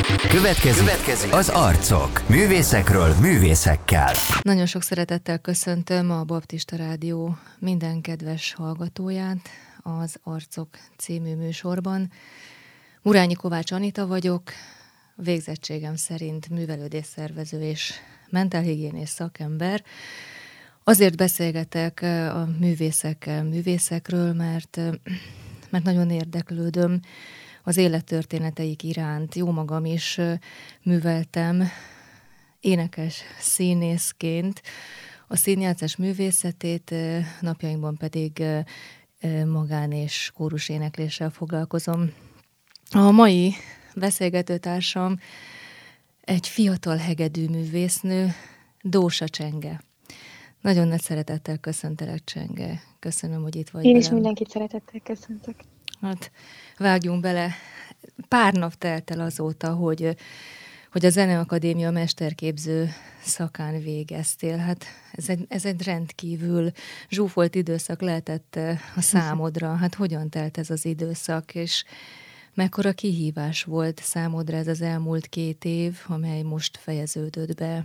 Következik az Arcok. Művészekről művészekkel. Nagyon sok szeretettel köszöntöm a Baptista Rádió minden kedves hallgatóját az Arcok című műsorban. Murányi Kovács Anita vagyok, végzettségem szerint művelődésszervező és mentálhigiénész szakember. Azért beszélgetek a művészekkel, művészekről, mert nagyon érdeklődöm az élettörténeteik iránt. Jó magam is műveltem énekes színészként a színjátszás művészetét, napjainkban pedig magán- és kórus énekléssel foglalkozom. A mai beszélgetőtársam egy fiatal hegedű művésznő, Dósa Csenge. Nagyon nagy szeretettel köszöntelek, Csenge. Köszönöm, hogy itt vagy Én velem. is mindenkit szeretettel köszöntök. Hát vágjunk bele. Pár nap telt el azóta, hogy a Zeneakadémia mesterképző szakán végeztél. Hát ez egy rendkívül zsúfolt időszak lehetett a számodra. Hát hogyan telt ez az időszak, és mekkora kihívás volt számodra ez az elmúlt 2 év, amely most fejeződött be?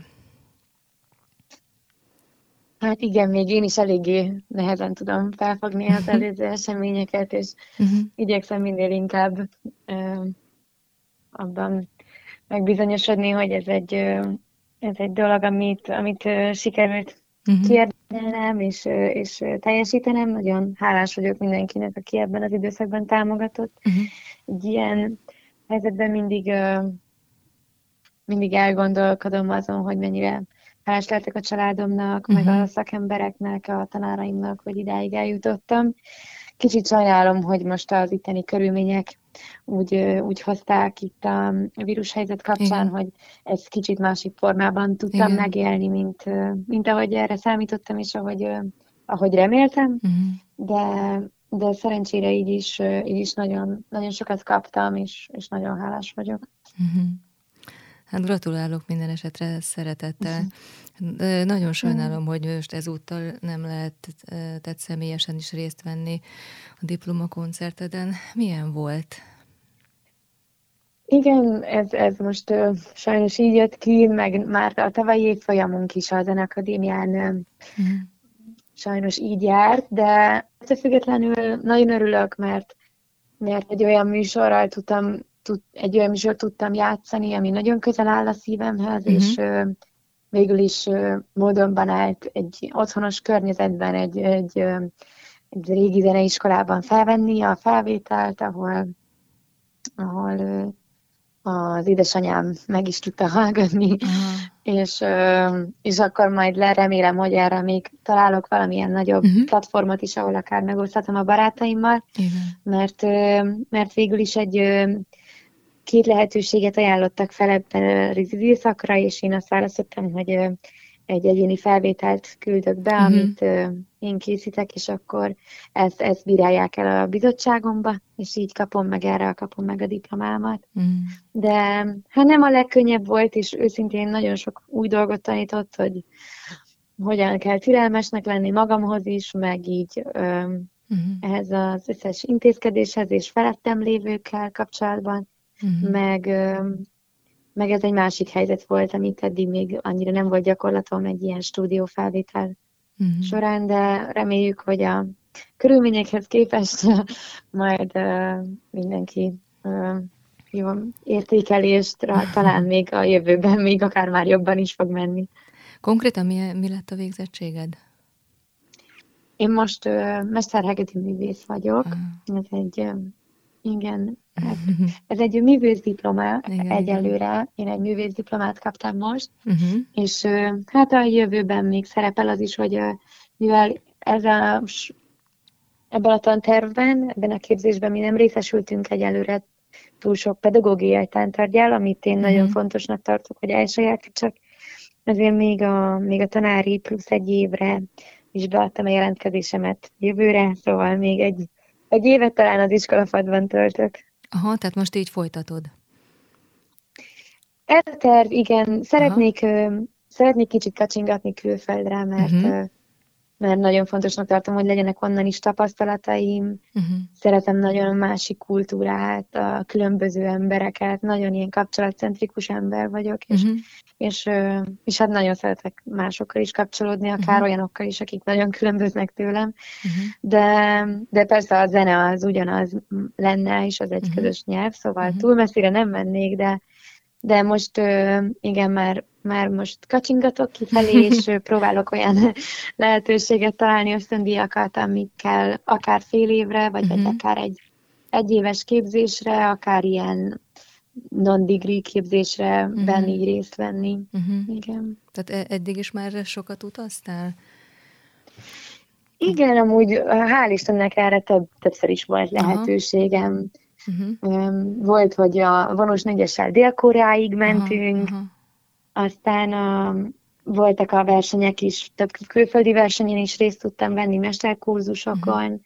Hát igen, még én is eléggé nehezen tudom felfogni az előző eseményeket, és igyekszem minél inkább abban megbizonyosodni, hogy ez egy dolog, amit sikerült kiérdemelnem és teljesítenem. Nagyon hálás vagyok mindenkinek, aki ebben az időszakban támogatott. Egy ilyen helyzetben mindig elgondolkodom azon, hogy mennyire hálás lehetek a családomnak, meg a szakembereknek, a tanáraimnak, hogy idáig eljutottam. Kicsit sajnálom, hogy most az itteni körülmények úgy hozták itt a vírushelyzet kapcsán, hogy ezt kicsit másik formában tudtam megélni, mint ahogy erre számítottam, és ahogy reméltem. De szerencsére így is nagyon, nagyon sokat kaptam, és nagyon hálás vagyok. Hát gratulálok minden esetre szeretettel. Nagyon sajnálom, hogy most ezúttal nem lehetett személyesen is részt venni a diplomakoncerteden. Milyen volt? Igen, ez most sajnos így jött ki, meg már a tavalyi évfolyamunk is a Zeneakadémián sajnos így járt, de ettől függetlenül nagyon örülök, mert egy olyan műsort tudtam játszani, ami nagyon közel áll a szívemhez, és végül is módonban állt egy otthonos környezetben, egy régi zeneiskolában felvenni a felvételt, ahol az édesanyám meg is tudta hallgatni, és akkor majd remélem, hogy erre még találok valamilyen nagyobb platformot is, ahol akár megoszthatom a barátaimmal, mert végül is 2 lehetőséget ajánlottak fel ebben az időszakra, és én azt választottam, hogy egy egyéni felvételt küldök be, amit én készítek, és akkor ezt bírálják el a bizottságomba, és így kapom meg a diplomámat. De hát nem a legkönnyebb volt, és őszintén nagyon sok új dolgot tanított, hogy hogyan kell türelmesnek lenni magamhoz is, meg így ehhez az összes intézkedéshez és felettem lévőkkel kapcsolatban, meg ez egy másik helyzet volt, amit eddig még annyira nem volt gyakorlatom egy ilyen stúdiófelvétel során, de reméljük, hogy a körülményekhez képest majd mindenki jó értékelést talán még a jövőben, még akár már jobban is fog menni. Konkrétan mi lett a végzettséged? Én most mesterhegedű művész vagyok. Ez egy művészdiploma egyelőre. Én egy művészdiplomát kaptam most, és hát a jövőben még szerepel az is, hogy mivel ebben a tantervben, ebben a képzésben mi nem részesültünk egyelőre túl sok pedagógiai tantárgyal, amit én nagyon fontosnak tartok, hogy elsajátítsak. Ezért még a tanári plusz 1 évre is beadtam a jelentkezésemet jövőre, szóval még egy évet talán az iskolapadban töltök. Aha, tehát most így folytatod. Ez a terv, igen. Szeretnék kicsit kacsingatni külföldre, mert mert nagyon fontosnak tartom, hogy legyenek onnan is tapasztalataim. Szeretem nagyon a másik kultúrát, a különböző embereket, nagyon ilyen kapcsolatcentrikus ember vagyok, és hát nagyon szeretek másokkal is kapcsolódni, akár olyanokkal is, akik nagyon különböznek tőlem. De persze a zene az ugyanaz lenne, és az egy közös nyelv, szóval túl messzire nem mennék, de most igen, már most kacsingatok kifelé, és próbálok olyan lehetőséget találni, ösztöndíjakat, amikkel akár fél évre, vagy akár egy éves képzésre, akár ilyen non-degree képzésre így részt venni. Igen. Tehát eddig is már sokat utaztál? Igen, amúgy hál' Istennek erre többször is volt lehetőségem. Volt, hogy a vonós 4-essel Dél-Koreáig mentünk, aztán voltak a versenyek is, több külföldi versenyen is részt tudtam venni, mesterkurzusokon.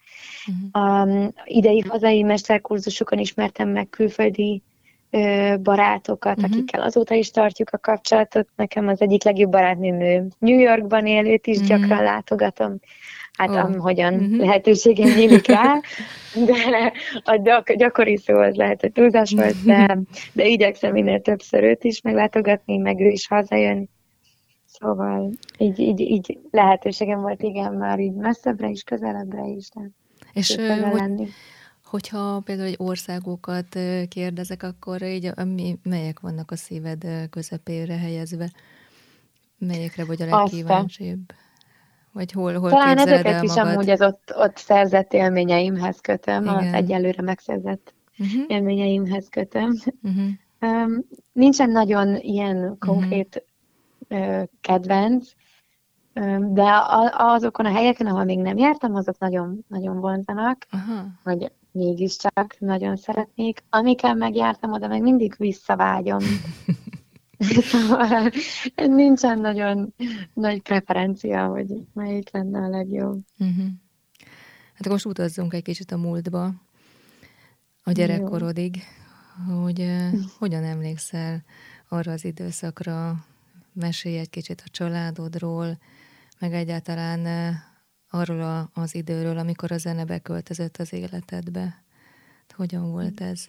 Idei hazai mesterkurzusokon ismertem meg külföldi barátokat, akikkel azóta is tartjuk a kapcsolatot. Nekem az egyik legjobb barátnőm New Yorkban él, őt is gyakran látogatom. Hát ahogyan lehetőségem nyílik rá, de a gyakori szó az lehet, hogy túlzás volt, de igyekszem minél többször őt is meglátogatni, meg ő is hazajön. Szóval így lehetőségem volt, igen, már így messzebbre is, közelebbre is. És hogyha például egy országokat kérdezek, akkor így melyek vannak a szíved közepére helyezve? Melyekre vagy a legkíváncsibb? Vagy hol talán képzeled el ezeket is magad? amúgy az ott szerzett élményeimhez kötöm, igen. Az egyelőre megszerzett élményeimhez kötöm. Nincsen nagyon ilyen konkrét kedvenc, de azokon a helyeken, ahol még nem jártam, azok nagyon, nagyon vonzanak, hogy mégiscsak nagyon szeretnék. Amikkel megjártam, oda meg mindig visszavágyom. Szóval nincsen nagyon nagy preferencia, hogy melyik lenne a legjobb. Hát most utazzunk egy kicsit a múltba, a gyerekkorodig, hogy hogyan emlékszel arra az időszakra, mesélj egy kicsit a családodról, meg egyáltalán arról az időről, amikor a zene beköltözött az életedbe. Hogyan volt ez?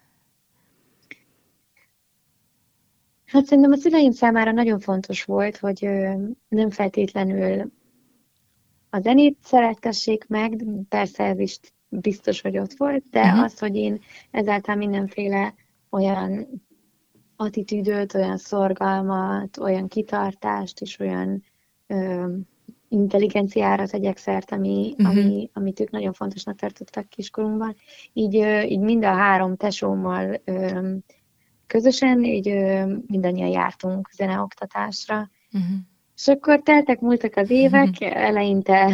Hát szerintem a szüleim számára nagyon fontos volt, hogy nem feltétlenül a zenét szerettessék meg, persze ez is biztos, hogy ott volt, de az, hogy én ezáltal mindenféle olyan attitűdöt, olyan szorgalmat, olyan kitartást és olyan intelligenciára tegyek szert, amit ők nagyon fontosnak tartottak kiskorunkban. Így mind a 3 tesómmal közösen, így mindannyian jártunk zeneoktatásra. És akkor múltak az évek, eleinte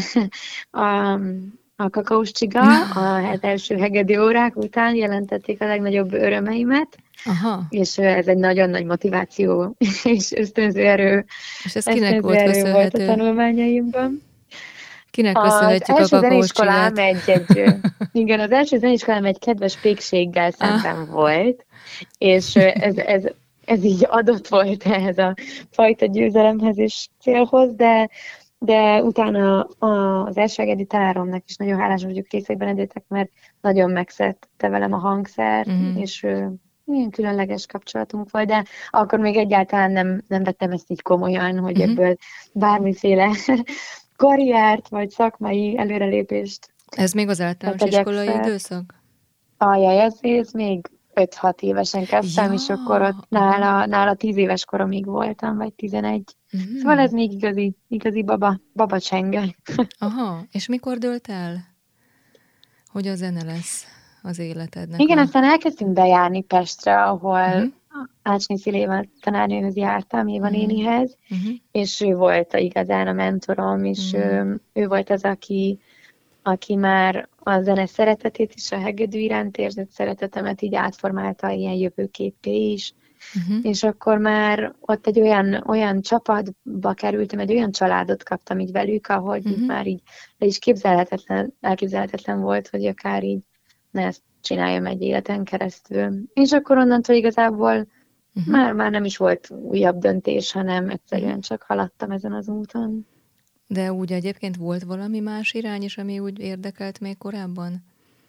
a kakaós csiga, az első hegedű órák után jelentették a legnagyobb örömeimet, és ez egy nagyon nagy motiváció és ösztönző erő. És ez kinek volt köszönhető? Volt a tanulmányaimban. Kinek köszönhetjük a kakaós csigát? Igen, az első zeneiskolám egy kedves pékséggel szemben volt, és ez így adott volt ehhez a fajta győzelemhez és célhoz, de utána az első hegedű tanáromnak is nagyon hálás vagyok Részeg Benedétek, mert nagyon megszedte velem a hangszert, és milyen különleges kapcsolatunk volt, de akkor még egyáltalán nem vettem ezt így komolyan, hogy ebből bármiféle karriert vagy szakmai előrelépést. Ez még az általános iskolai időszak? Ez még 5-6 évesen kezdtem, és akkor ott nála 10 éves koromig voltam, vagy 11. Szóval ez még igazi baba csenge. És mikor dőlt el, hogy a zene lesz az életednek? Igen, aztán elkezdtünk bejárni Pestre, ahol Ácsné Sziléva tanárnőhöz jártam, Éva nénihez, és ő volt igazán a mentorom, és ő volt az, aki már a zene szeretetét és a hegedű iránt érzett szeretetemet így átformálta ilyen jövőképpé is. És akkor már ott egy olyan csapatba kerültem, egy olyan családot kaptam így velük, ahogy már így le is elképzelhetetlen volt, hogy akár így ne ezt csináljam egy életen keresztül. És akkor onnantól igazából már nem is volt újabb döntés, hanem egyszerűen csak haladtam ezen az úton. De úgy egyébként volt valami más irány is, ami úgy érdekelt még korábban?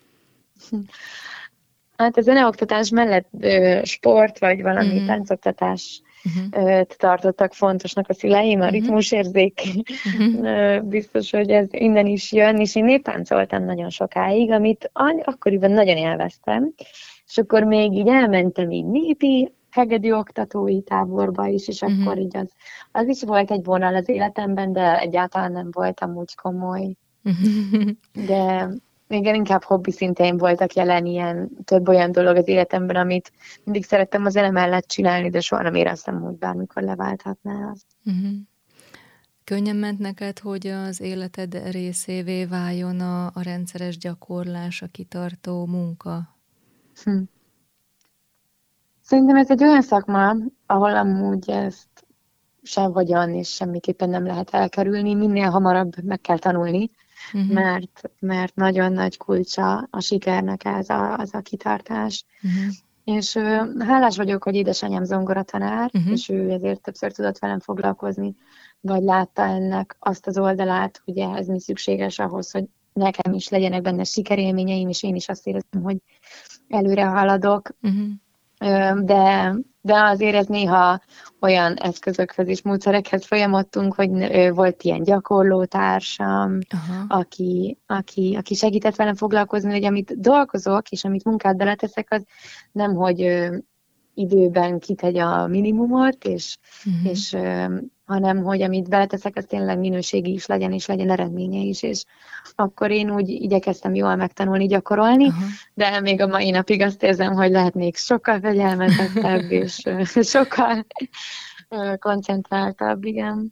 Hát a zeneoktatás mellett sport, vagy valami táncoktatás tartottak fontosnak a szüleim, a ritmusérzék. Biztos, hogy ez innen is jön, és én néptáncoltam nagyon sokáig, amit akkoriban nagyon élveztem, és akkor még így elmentem így népi, hegedű oktatói táborba is, és akkor így az is volt egy vonal az életemben, de egyáltalán nem voltam úgy komoly. De igen, inkább hobbi szintén voltak jelen több olyan dolog az életemben, amit mindig szerettem a zene mellett csinálni, de soha nem éreztem, hogy bármikor leválthatná azt. Könnyen ment neked, hogy az életed részévé váljon a rendszeres gyakorlás, a kitartó munka? Szerintem ez egy olyan szakma, ahol amúgy ezt sehogyan és semmiképpen nem lehet elkerülni, minél hamarabb meg kell tanulni, mert nagyon nagy kulcsa a sikernek az a kitartás. És hálás vagyok, hogy édesanyám zongoratanár, és ő ezért többször tudott velem foglalkozni, vagy látta ennek azt az oldalát, hogy ez mi szükséges ahhoz, hogy nekem is legyenek benne sikerélményeim, és én is azt éreztem, hogy előre haladok. De azért ez néha olyan eszközökhöz és módszerekhez folyamodtunk, hogy volt ilyen gyakorlótársam, aki segített velem foglalkozni, hogy amit dolgozok, és amit munkát beleteszek, az nem, hogy időben kitegye a minimumot, és hanem, hogy amit beleteszek, az tényleg minőségi is legyen, és legyen eredménye is, és akkor én úgy igyekeztem jól megtanulni, gyakorolni, de még a mai napig azt érzem, hogy lehetnék sokkal fegyelmezettebb, és sokkal koncentráltabb, igen.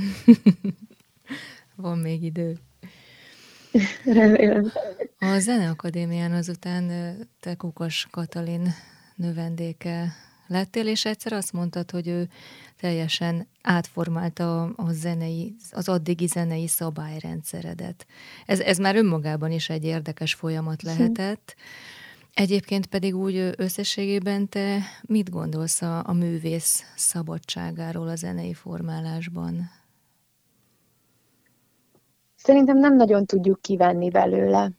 Van még idő. Remélem. A Zeneakadémián azután te Kukas Katalin növendéke lettél, és egyszer azt mondtad, hogy ő teljesen átformálta az addigi zenei szabályrendszeredet. Ez már önmagában is egy érdekes folyamat lehetett. Egyébként pedig úgy összességében te mit gondolsz a művész szabadságáról a zenei formálásban? Szerintem nem nagyon tudjuk kivenni belőle.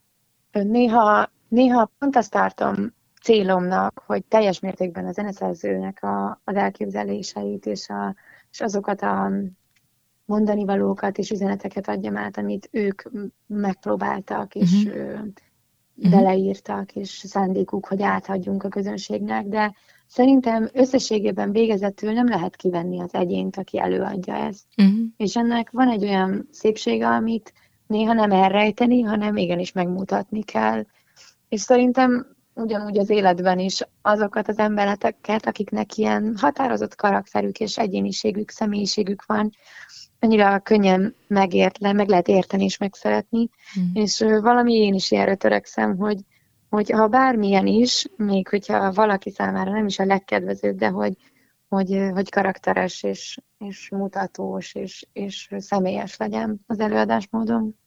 Néha pont azt tartom célomnak, hogy teljes mértékben a zeneszerzőnek az elképzeléseit és azokat a mondani valókat és üzeneteket adjam át, amit ők megpróbáltak és beleírtak, és szándékuk, hogy átadjunk a közönségnek, de szerintem összességében végezetül nem lehet kivenni az egyént, aki előadja ezt. És ennek van egy olyan szépsége, amit néha nem elrejteni, hanem igenis megmutatni kell. És szerintem ugyanúgy az életben is azokat az embereket, akiknek ilyen határozott karakterük és egyéniségük, személyiségük van, annyira könnyen meg lehet érteni és megszeretni, és valami én is ilyenre törekszem, hogy ha bármilyen is, még hogyha valaki számára nem is a legkedvezőbb, de hogy karakteres és mutatós és személyes legyen az előadásmódom.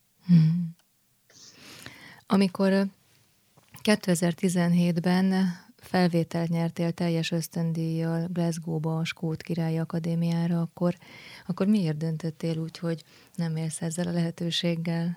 Amikor 2017-ben felvételt nyertél teljes ösztöndíjjal Glasgow-ba a Skót Királyi Akadémiára, akkor miért döntöttél úgy, hogy nem élsz ezzel a lehetőséggel?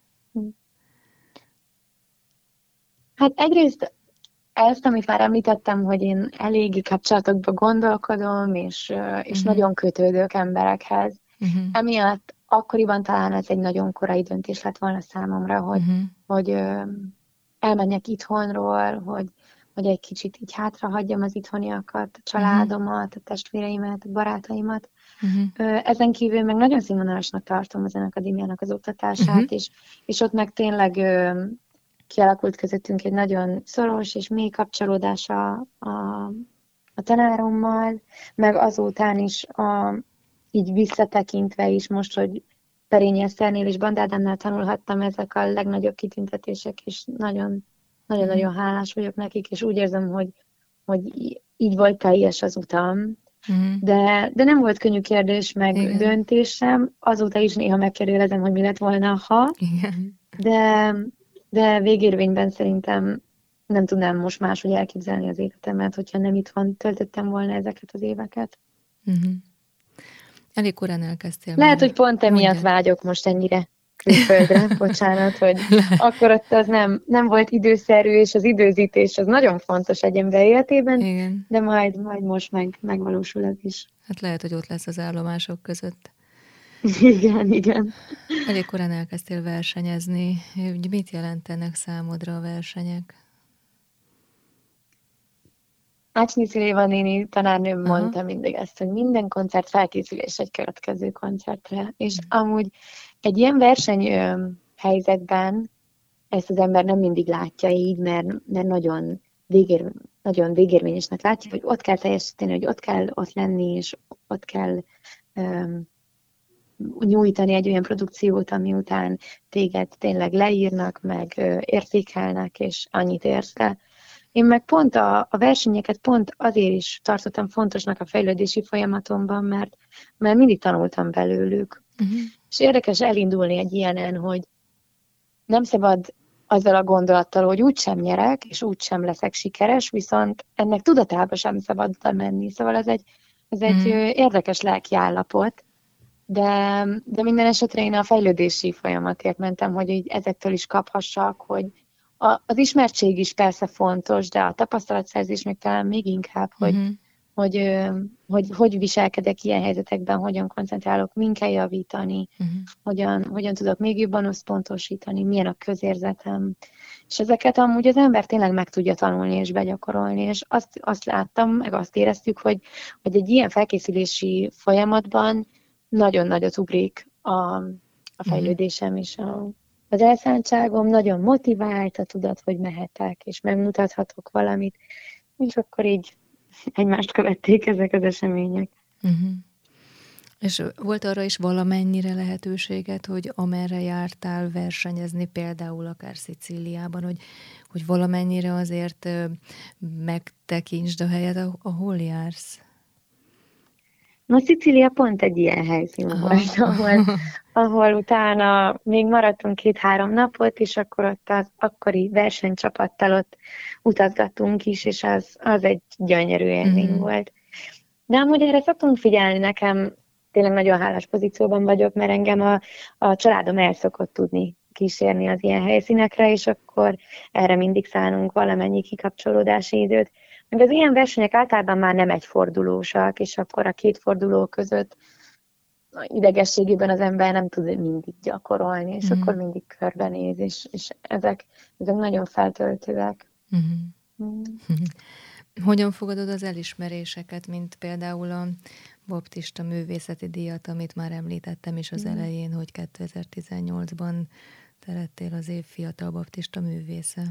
Hát egyrészt ezt, amit már említettem, hogy én eléggé kapcsolatokban gondolkodom, és nagyon kötődök emberekhez. Emiatt akkoriban talán ez egy nagyon korai döntés lett volna számomra, hogy elmenjek itthonról, hogy egy kicsit így hátrahagyjam az itthoniakat, a családomat, a testvéreimet, a barátaimat. Ezen kívül meg nagyon színvonalasnak tartom a Zeneakadémiának az oktatását, és ott meg tényleg kialakult közöttünk egy nagyon szoros és mély kapcsolódás a tanárommal, meg azután is így visszatekintve is most, hogy Perényi Eszternél és Band Ádámnál tanulhattam, ezek a legnagyobb kitüntetések, és nagyon-nagyon hálás vagyok nekik, és úgy érzem, hogy így volt teljes az utam. De nem volt könnyű kérdés, meg döntés sem. Azóta is néha megkérdőjelezem, hogy mi lett volna, ha. De végérvényben szerintem nem tudnám most máshogy elképzelni az életemet, hogyha nem itthon töltöttem volna ezeket az éveket. Elég korán elkezdtél. Lehet, hogy pont emiatt vágyok most ennyire külföldre, bocsánat, hogy akkor ott az nem volt időszerű, és az időzítés az nagyon fontos egy ember életében, igen. De majd most megvalósul ez is. Hát lehet, hogy ott lesz az állomások között. Igen. Elég korán elkezdtél versenyezni. Mit jelentenek számodra a versenyek? Ácsnyi Sziléva néni tanárnőm mondta mindig ezt, hogy minden koncert felkészülés egy következő koncertre. És amúgy egy ilyen verseny helyzetben ezt az ember nem mindig látja így, mert nagyon végérvényesnek látja, hogy ott kell teljesíteni, hogy ott kell ott lenni, és ott kell nyújtani egy olyan produkciót, ami után téged tényleg leírnak, meg értékelnek, és annyit érsz el. Én meg pont a versenyeket pont azért is tartottam fontosnak a fejlődési folyamatomban, mert mindig tanultam belőlük. És érdekes elindulni egy ilyenen, hogy nem szabad azzal a gondolattal, hogy úgysem nyerek, és úgysem leszek sikeres, viszont ennek tudatába sem szabad menni. Szóval ez egy érdekes lelkiállapot, de minden esetre én a fejlődési folyamatért mentem, hogy így ezektől is kaphassak, hogy az ismertség is persze fontos, de a tapasztalatszerzés meg talán még inkább, hogy viselkedek ilyen helyzetekben, hogyan koncentrálok, min kell javítani, hogyan tudok még jobban összpontosítani, milyen a közérzetem. És ezeket amúgy az ember tényleg meg tudja tanulni és begyakorolni, és azt láttam, meg azt éreztük, hogy egy ilyen felkészülési folyamatban nagyon nagyot ugrik a fejlődésem és az elszántságom, nagyon motivált a tudat, hogy mehetek, és megmutathatok valamit, és akkor így egymást követték ezek az események. És volt arra is valamennyire lehetőséget, hogy amerre jártál versenyezni, például akár Szicíliában, hogy valamennyire azért megtekintsd a helyet, ahol jársz? Szicília pont egy ilyen helyszín volt, ahol utána még maradtunk 2-3 napot, és akkor ott az akkori versenycsapattal ott utazgattunk is, és az egy gyönyörű élmény volt. De amúgy erre szoktunk figyelni, nekem tényleg nagyon hálás pozícióban vagyok, mert engem a családom el szokott tudni kísérni az ilyen helyszínekre, és akkor erre mindig szánunk valamennyi kikapcsolódási időt. Meg az ilyen versenyek általában már nem egyfordulósak, és akkor a 2 forduló között idegességében az ember nem tud mindig gyakorolni, és akkor mindig körbenéz, és ezek nagyon feltöltőek. Hogyan fogadod az elismeréseket, mint például a baptista művészeti díjat, amit már említettem is az elején, hogy 2018-ban te lettél az év fiatal baptista művésze?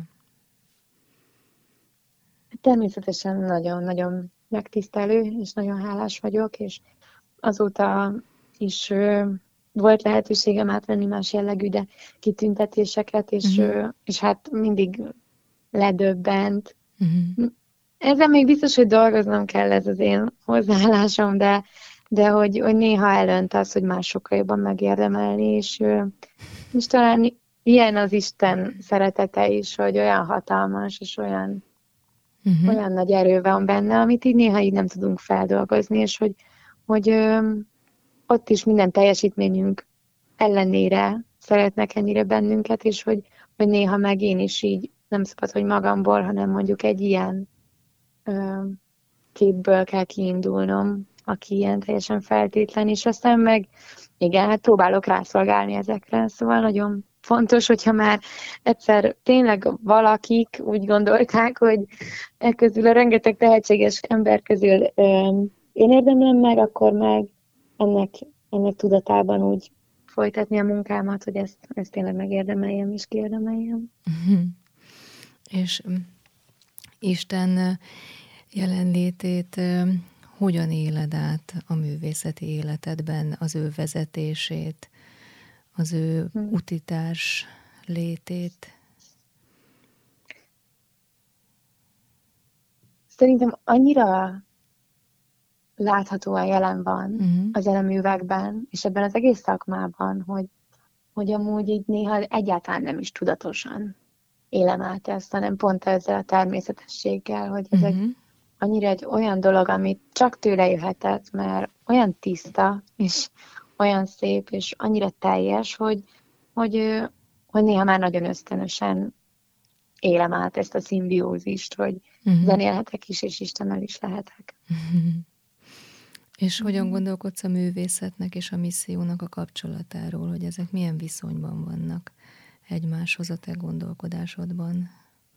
Természetesen nagyon-nagyon megtisztelő, és nagyon hálás vagyok, és azóta is volt lehetőségem átvenni más jellegű, de kitüntetéseket, és hát mindig ledöbbent. Ezzel még biztos, hogy dolgoznom kell, ez az én hozzáállásom, de hogy néha elönt az, hogy más sokkal jobban megérdemelni, és talán ilyen az Isten szeretete is, hogy olyan hatalmas, és olyan nagy erő van benne, amit így néha így nem tudunk feldolgozni, és hogy ott is minden teljesítményünk ellenére szeretnek ennyire bennünket, és hogy néha meg én is így nem szabad, hogy magamból, hanem mondjuk egy ilyen képből kell kiindulnom, aki ilyen teljesen feltétlen, és aztán meg igen, hát próbálok rászolgálni ezekre, szóval nagyon fontos, hogyha már egyszer tényleg valakik úgy gondolták, hogy közül a rengeteg tehetséges ember közül én érdemlem meg, akkor meg ennek tudatában úgy folytatni a munkámat, hogy ezt tényleg megérdemeljem és kiérdemeljem. És Isten jelenlétét hogyan éled át a művészeti életedben, az ő vezetését, az ő utitárs létét? Szerintem annyira láthatóan jelen van a zeneművekben, és ebben az egész szakmában, hogy amúgy így néha egyáltalán nem is tudatosan élem át ezt, hanem pont ezzel a természetességgel, hogy ez annyira egy olyan dolog, amit csak tőle jöhetett, mert olyan tiszta, és olyan szép, és annyira teljes, hogy néha már nagyon ösztönösen élem át ezt a szimbiózist, hogy zenélhetek is, és Istennel is lehetek. És hogyan gondolkodsz a művészetnek és a missziónak a kapcsolatáról, hogy ezek milyen viszonyban vannak egymáshoz a te gondolkodásodban?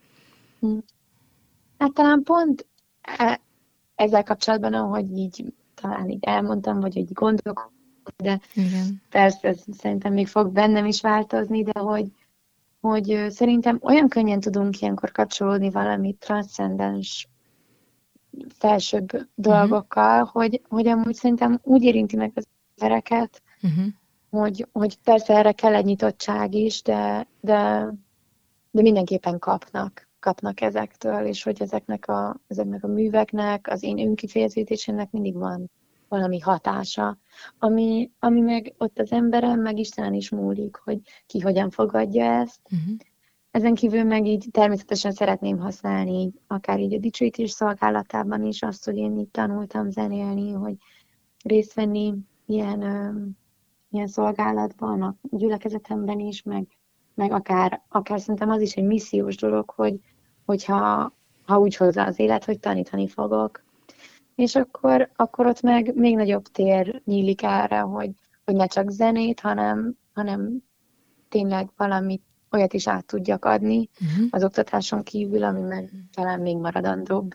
Hát talán pont ezzel kapcsolatban, ahogy így talán így elmondtam, vagy így gondolkodom, de igen. Persze ez szerintem még fog bennem is változni, de hogy szerintem olyan könnyen tudunk ilyenkor kapcsolódni valami transzcendens felsőbb dolgokkal, hogy amúgy szerintem úgy érinti meg az embereket, hogy persze erre kell egy nyitottság is, de mindenképpen kapnak ezektől, és hogy ezeknek a műveknek, az én önkifejeződésének mindig van valami hatása, ami meg ott az emberen, meg Istenen is múlik, hogy ki hogyan fogadja ezt. Ezen kívül meg így természetesen szeretném használni, akár így a dicsőítés szolgálatában is azt, hogy én így tanultam zenélni, hogy részt venni ilyen szolgálatban, a gyülekezetemben is, meg akár szerintem az is egy missziós dolog, hogyha úgy hozza az élet, hogy tanítani fogok. És akkor ott meg még nagyobb tér nyílik erre, hogy ne csak zenét, hanem tényleg valamit olyat is át tudjak adni az oktatáson kívül, ami meg talán még maradandóbb.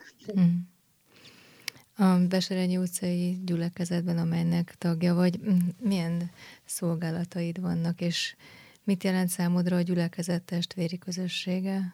A Beserenyi utcai gyülekezetben, amelynek tagja vagy, milyen szolgálataid vannak, és mit jelent számodra a gyülekezet testvéri közössége?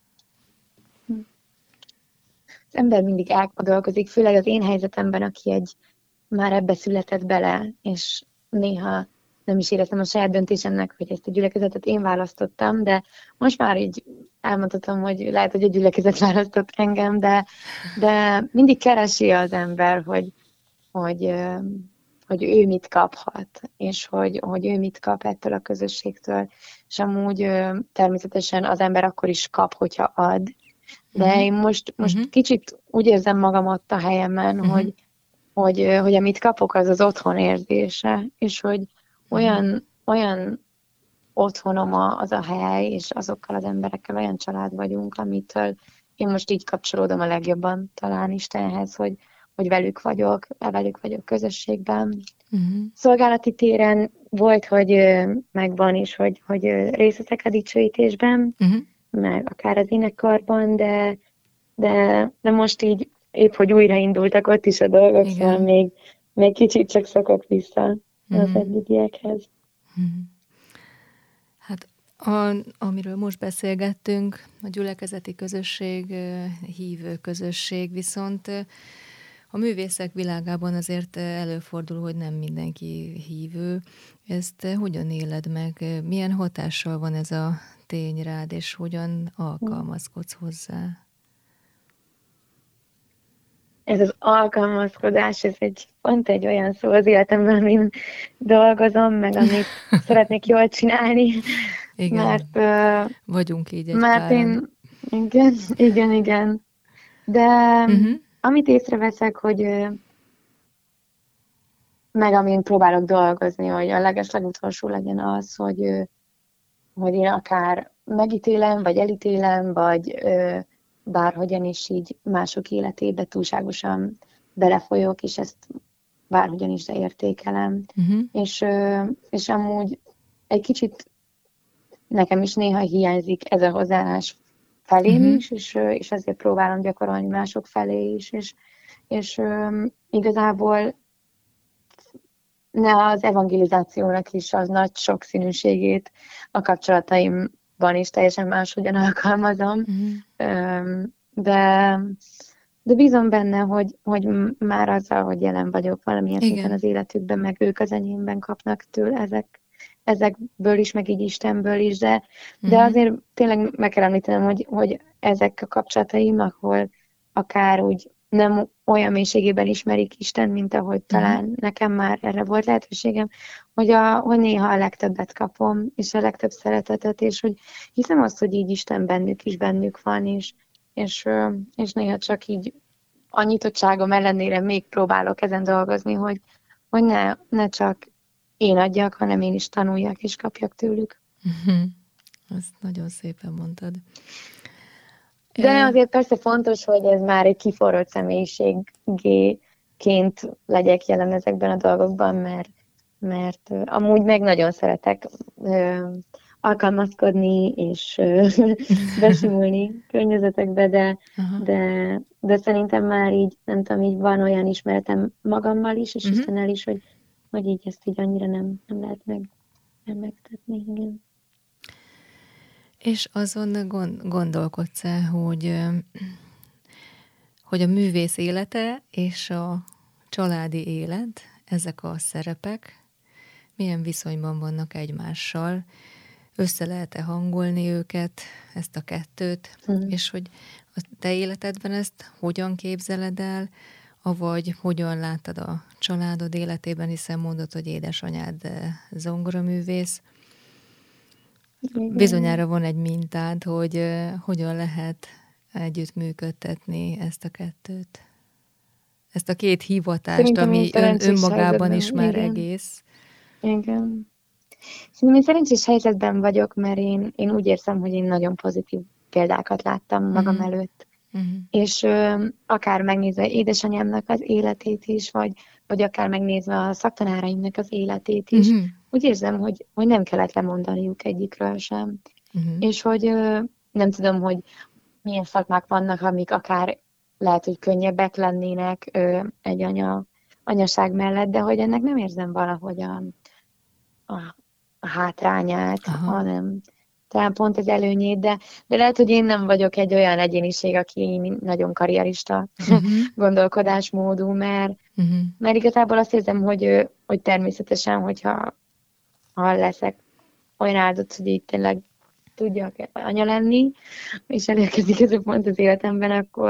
Az ember mindig elgondolkozik, főleg az én helyzetemben, aki már ebbe született bele, és néha nem is éreztem a saját döntésemnek, hogy ezt a gyülekezetet én választottam, de most már így elmondhatom, hogy lehet, hogy a gyülekezet választott engem, de mindig keresi az ember, hogy ő mit kaphat, és hogy ő mit kap ettől a közösségtől. És amúgy természetesen az ember akkor is kap, hogyha ad. De én most kicsit úgy érzem magam ott a helyemen, hogy amit kapok, az otthon érzése, és hogy olyan otthonom az a hely, és azokkal az emberekkel olyan család vagyunk, amitől én most így kapcsolódom a legjobban talán Istenhez, hogy velük vagyok közösségben. Szolgálati téren volt, hogy megvan is, hogy részt veszek a dicsőítésben, meg akár az énekkarban, de most így épp, hogy újraindultak ott is a dolgok, szóval még kicsit csak szokok vissza az eddigiekhez. Hát amiről most beszélgettünk, a gyülekezeti közösség, hívő közösség, viszont a művészek világában azért előfordul, hogy nem mindenki hívő. Ezt hogyan éled meg? Milyen hatással van ez a tény rád, és hogyan alkalmazkodsz hozzá? Ez az alkalmazkodás, ez pont egy olyan szó az életemben, amin dolgozom, meg amit szeretnék jól csinálni. Igen, vagyunk így egy mert páran. Igen. De amit észreveszek, hogy meg amin próbálok dolgozni, hogy a legeslegutolsó legyen az, hogy én akár megítélem, vagy elítélem, vagy bárhogyan is így mások életébe túlságosan belefolyok, és ezt bárhogyan is értékelem. És amúgy egy kicsit nekem is néha hiányzik ez a hozzáállás felém is, és ezért próbálom gyakorolni mások felé is, és igazából az evangelizációnak is az nagy sokszínűségét a kapcsolataimban is teljesen máshogyan alkalmazom, de bízom benne, hogy már azzal, hogy jelen vagyok valamilyen szinten az életükben, meg ők az enyémben kapnak tőle ezekből is, meg így Istenből is, de azért tényleg meg kell említenem, hogy ezek a kapcsolataim, ahol akár úgy nem olyan mélységében ismerik Isten, mint ahogy talán nekem már erre volt lehetőségem, hogy néha a legtöbbet kapom, és a legtöbb szeretetet, és hogy hiszem azt, hogy így Isten bennük van, és néha csak így a nyitottságom ellenére még próbálok ezen dolgozni, hogy ne csak én adjak, hanem én is tanuljak és kapjak tőlük. Ezt nagyon szépen mondtad. De azért persze fontos, hogy ez már egy kiforrott személyiségként legyek jelen ezekben a dolgokban, mert amúgy meg nagyon szeretek alkalmazkodni és besimulni környezetekbe, de szerintem már így, nem tudom, így van olyan ismeretem magammal is, és Istennel is, hogy így ezt így annyira nem lehet megtetni. Igen. És azon gondolkodsz-e, hogy a művész élete és a családi élet, ezek a szerepek milyen viszonyban vannak egymással, össze lehet-e hangolni őket, ezt a kettőt, és hogy a te életedben ezt hogyan képzeled el, avagy hogyan láttad a családod életében, hiszen mondod, hogy édesanyád zongoraművész. Bizonyára van egy mintád, hogy hogyan lehet együtt működtetni ezt a kettőt. Ezt a két hivatást, Szerintem ami önmagában is már igen. egész. Igen. Szerintem én szerencsés helyzetben vagyok, mert én úgy érzem, hogy én nagyon pozitív példákat láttam magam előtt. És akár megnézve édesanyámnak az életét is, vagy akár megnézve a szaktanáraimnak az életét is, úgy érzem, hogy nem kellett lemondaniuk egyikről sem. És hogy nem tudom, hogy milyen szakmák vannak, amik akár lehet, hogy könnyebbek lennének egy anyaság mellett, de hogy ennek nem érzem valahogy a hátrányát, hanem talán pont az előnyét, de lehet, hogy én nem vagyok egy olyan egyéniség, aki nagyon karrierista gondolkodásmódú, mert igazából azt érzem, hogy természetesen, hogyha leszek olyan áldott, hogy így tényleg tudjak anya lenni, és elérkezik ez a pont az életemben,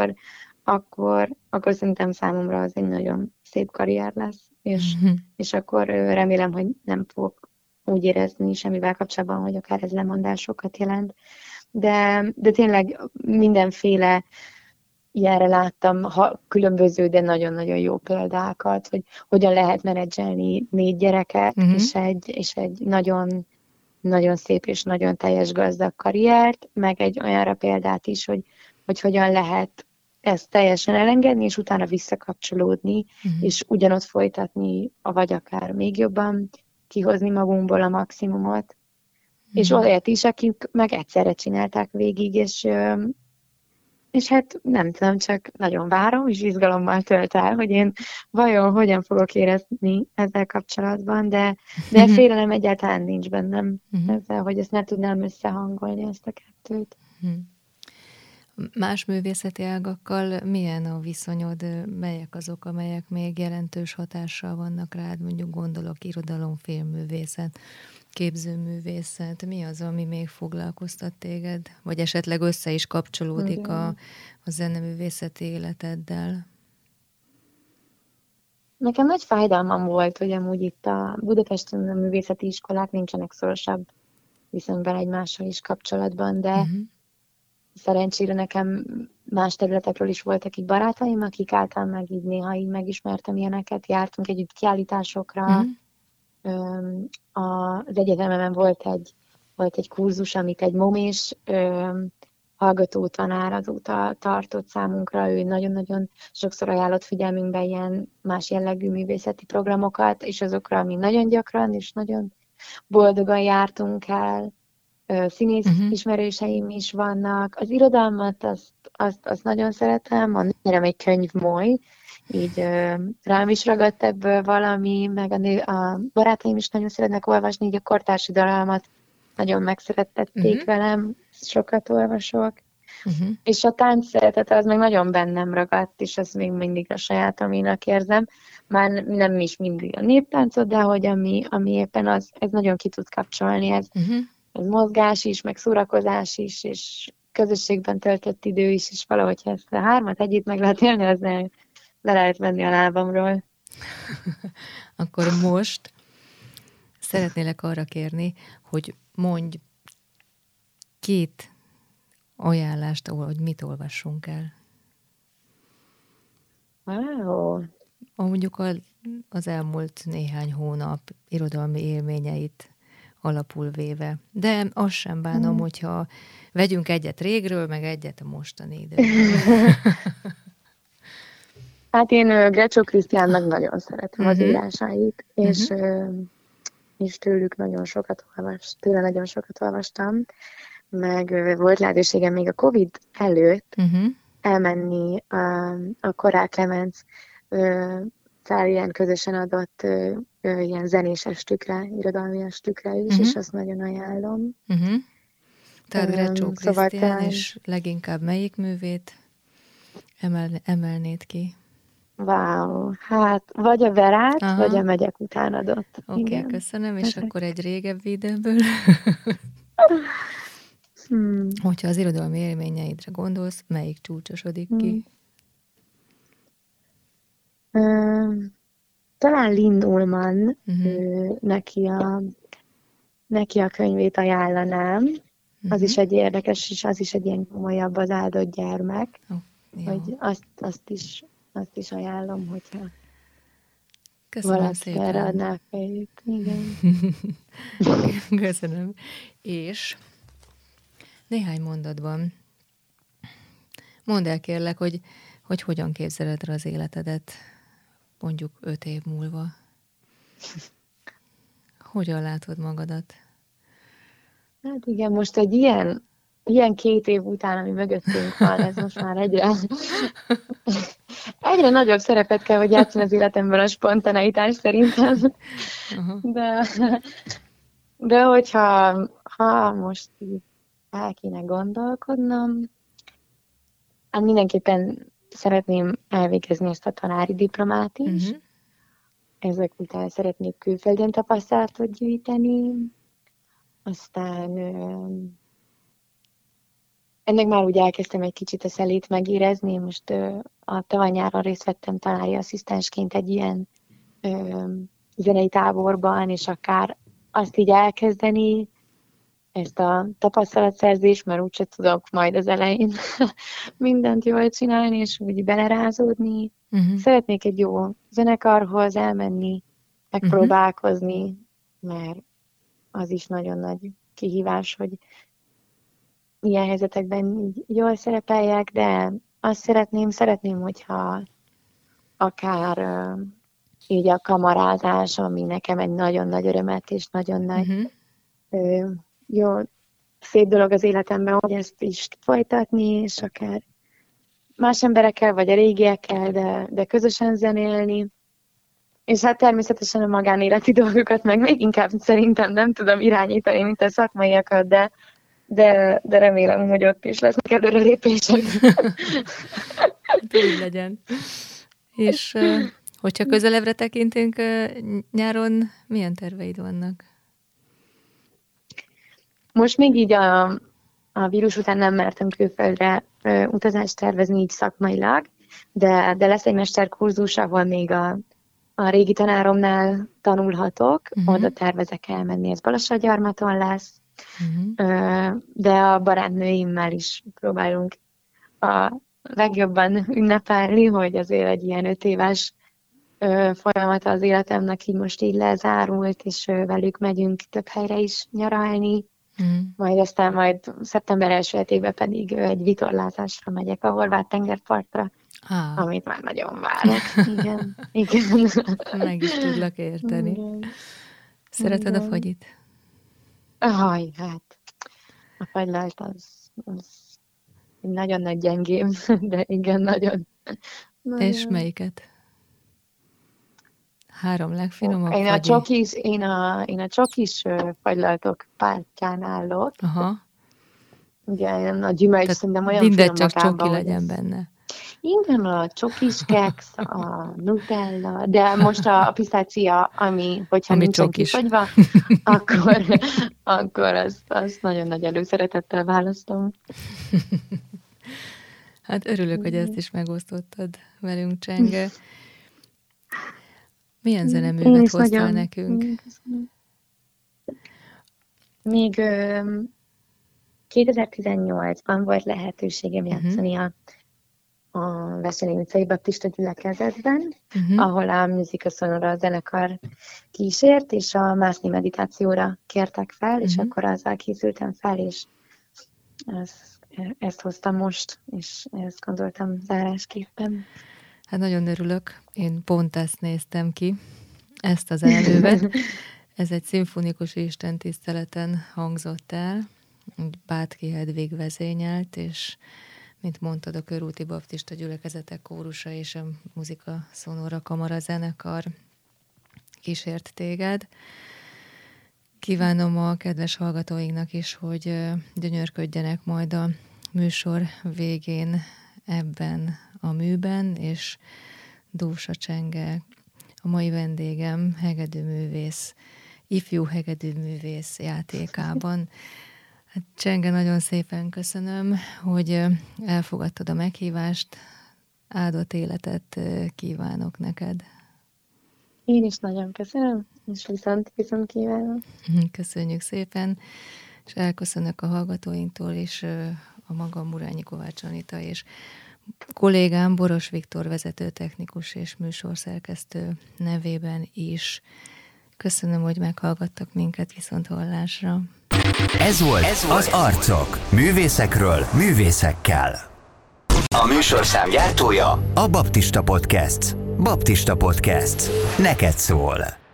akkor szerintem számomra az egy nagyon szép karrier lesz, és akkor remélem, hogy nem fogok úgy érezni semmivel kapcsolatban, hogy akár ez lemondásokat jelent. De tényleg mindenféle ilyenre láttam különböző, de nagyon-nagyon jó példákat, hogy hogyan lehet menedzselni 4 gyereket, és egy nagyon, nagyon szép és nagyon teljes gazdag karriert, meg egy olyanra példát is, hogy hogyan lehet ezt teljesen elengedni, és utána visszakapcsolódni, és ugyanott folytatni, vagy akár még jobban kihozni magunkból a maximumot. És olyat is, akik meg egyszerre csinálták végig, és hát nem tudom, csak nagyon várom, és izgalommal tölt el, hogy én vajon hogyan fogok érezni ezzel kapcsolatban, de félelem egyáltalán nincs bennem ezzel, hogy ezt ne tudnám összehangolni, ezt a kettőt. Más művészeti ágakkal milyen a viszonyod? Melyek azok, amelyek még jelentős hatással vannak rád? Mondjuk gondolok irodalom, filmművészet, képzőművészet. Mi az, ami még foglalkoztat téged? Vagy esetleg össze is kapcsolódik a zeneművészeti életeddel? Nekem nagy fájdalmam volt, hogy amúgy itt a Budapesten a művészeti iskolák nincsenek szorosabb viszonyban egymással is kapcsolatban, de szerencsére nekem más területekről is voltak így barátaim, akik által meg így néha így megismertem ilyeneket, jártunk együtt kiállításokra. Az egyetememen volt egy kurzus, amit egy momés hallgató tanár azóta tartott számunkra, ő nagyon-nagyon sokszor ajánlott figyelmünkbe ilyen más jellegű művészeti programokat, és azokra mi nagyon gyakran és nagyon boldogan jártunk el. Színész ismerőseim is vannak. Az irodalmat azt nagyon szeretem, van egy könyvmoly, így rám is ragadt ebből valami, meg a barátaim is nagyon szeretnek olvasni, így a kortárs irodalmat nagyon megszerettették velem, sokat olvasok. És a tánc szeretete az meg nagyon bennem ragadt, és azt még mindig a sajátoménak érzem. Már nem is mindig a néptáncot, de hogy ami éppen ez nagyon ki tud kapcsolni, ez mozgás is, meg szórakozás is, és közösségben töltött idő is, és valahogy ha ezt a 3 együtt meg lehet élni, az le lehet venni a lábamról. Akkor most szeretnélek arra kérni, hogy mondj 2 ajánlást, hogy mit olvassunk el. Wow. Mondjuk a az elmúlt néhány hónap irodalmi élményeit alapul véve. De azt sem bánom, hogyha vegyünk egyet régről, meg egyet a mostani időről. Hát én Grecsó Krisztiánnak nagyon szeretem az írásait, és tőle nagyon sokat olvastam, meg volt lehetőségem még a Covid előtt elmenni a Korál Klemenc ilyen közösen adott ilyen zenés estükre, irodalmi estükre is, és azt nagyon ajánlom. Tehát Grecsó Krisztián, és leginkább melyik művét emelnéd ki? Wow, hát vagy a Verát, vagy a Megyek utánadott. Oké, köszönöm, és akkor egy régebbi időből. Hogyha az irodalmi élményeidre gondolsz, melyik csúcsosodik ki? Talán Lynn Ullman, neki a könyvét ajánlanám. Az is egy érdekes, és az is egy ilyen komolyabb, az áldott gyermek. Hogy azt is ajánlom, hogyha valaki erre adná fejét. Igen. Köszönöm. És néhány mondatban mondd el kérlek, hogy hogyan képzeled el az életedet mondjuk 5 év múlva. Hogyan látod magadat? Hát igen, most egy ilyen 2 év után, ami mögöttünk van, ez most már egyre nagyobb szerepet kell, hogy játszon az életemben a spontaneitás szerintem. De hogyha most így el kéne gondolkodnom, hát mindenképpen szeretném elvégezni ezt a tanári diplomát is. Ezek után szeretnék külföldön tapasztalatot gyűjteni. Aztán ennek már úgy elkezdtem egy kicsit a szelét megérezni. Most a tavaly nyáron részt vettem tanári asszisztensként egy ilyen zenei táborban, és akár azt így elkezdeni, ezt a tapasztalatszerzést, mert úgyse tudok majd az elején mindent jól csinálni, és úgy belerázódni. Szeretnék egy jó zenekarhoz elmenni, megpróbálkozni, mert az is nagyon nagy kihívás, hogy ilyen helyzetekben így jól szerepeljek, de azt szeretném, hogyha akár így a kamarázás, ami nekem egy nagyon nagy örömet, és nagyon nagy jó, szép dolog az életemben, hogy ezt is folytatni, és akár más emberekkel, vagy a régiekkel, de közösen zenélni. És hát természetesen a magánéleti dolgokat meg még inkább szerintem nem tudom irányítani, mint a szakmaiakat, de remélem, hogy ott is lesznek előrelépések. Úgy legyen. És hogyha közelebbre tekintünk nyáron, milyen terveid vannak? Most még így a vírus után nem mertem külföldre utazást tervezni így szakmailag, de lesz egy mesterkurzus, ahol még a régi tanáromnál tanulhatok, oda tervezek elmenni, ez Balassagyarmaton lesz, de a barátnőimmel is próbálunk a legjobban ünnepelni, hogy azért egy ilyen 5 éves folyamata az életemnek így most így lezárult, és velük megyünk több helyre is nyaralni, majd szeptember első hetében pedig egy vitorlázásra megyek a horvát tengerpartra, amit már nagyon várok. Igen. Meg is tudlak érteni. Igen. Szereted a fagyit? Hát a fagylalt az nagyon nagy gyengém, de igen, nagyon. És melyiket? 3 legfinomabb Én a csokis fagylaltok pártján állok. Ugye a gyümölcs szerintem olyan finom magában, csak csoki legyen benne. Igen, a csokis keksz, a nutella, de most a pisztácia, hogyha nincsen kifagyva, akkor azt nagyon nagy előszeretettel választom. Hát örülök, hogy ezt is megosztottad velünk, Csenge. Milyen zeneművet hoztál nekünk? Még 2018-ban volt lehetőségem játszani a a Veselényi utcai baptista gyülekezetben, ahol a Musica Sonora zenekar kísért, és a mászni meditációra kértek fel, és akkor azzal készültem fel, és ezt hoztam most, és ezt gondoltam zárásképpen. Hát nagyon örülök, én pont ezt néztem ki, ezt az elővet. Ez egy szimfonikus istentiszteleten hangzott el, Bátki Hedvig vezényelt, és mint mondtad, a Körúti Baptista Gyülekezetek kórusa és a Musica Sonora Kamara zenekar kísért téged. Kívánom a kedves hallgatóinknak is, hogy gyönyörködjenek majd a műsor végén ebben a műben, és Dósa Csenge, a mai vendégem, hegedűművész, ifjú hegedűművész játékában. Hát Csenge, nagyon szépen köszönöm, hogy elfogadtad a meghívást, áldott életet kívánok neked. Én is nagyon köszönöm, és viszont kívánom. Köszönjük szépen, és elköszönök a hallgatóinktól, és a magam Murányi Kovács Anita, és kollégám Boros Viktor vezetőtechnikus és műsorszerkesztő nevében is. Köszönöm, hogy meghallgattak minket, viszont hallásra. Ez volt az Arcok. Művészekről, művészekkel. A műsorszám gyártója a Baptista Podcast. Baptista Podcast. Neked szól.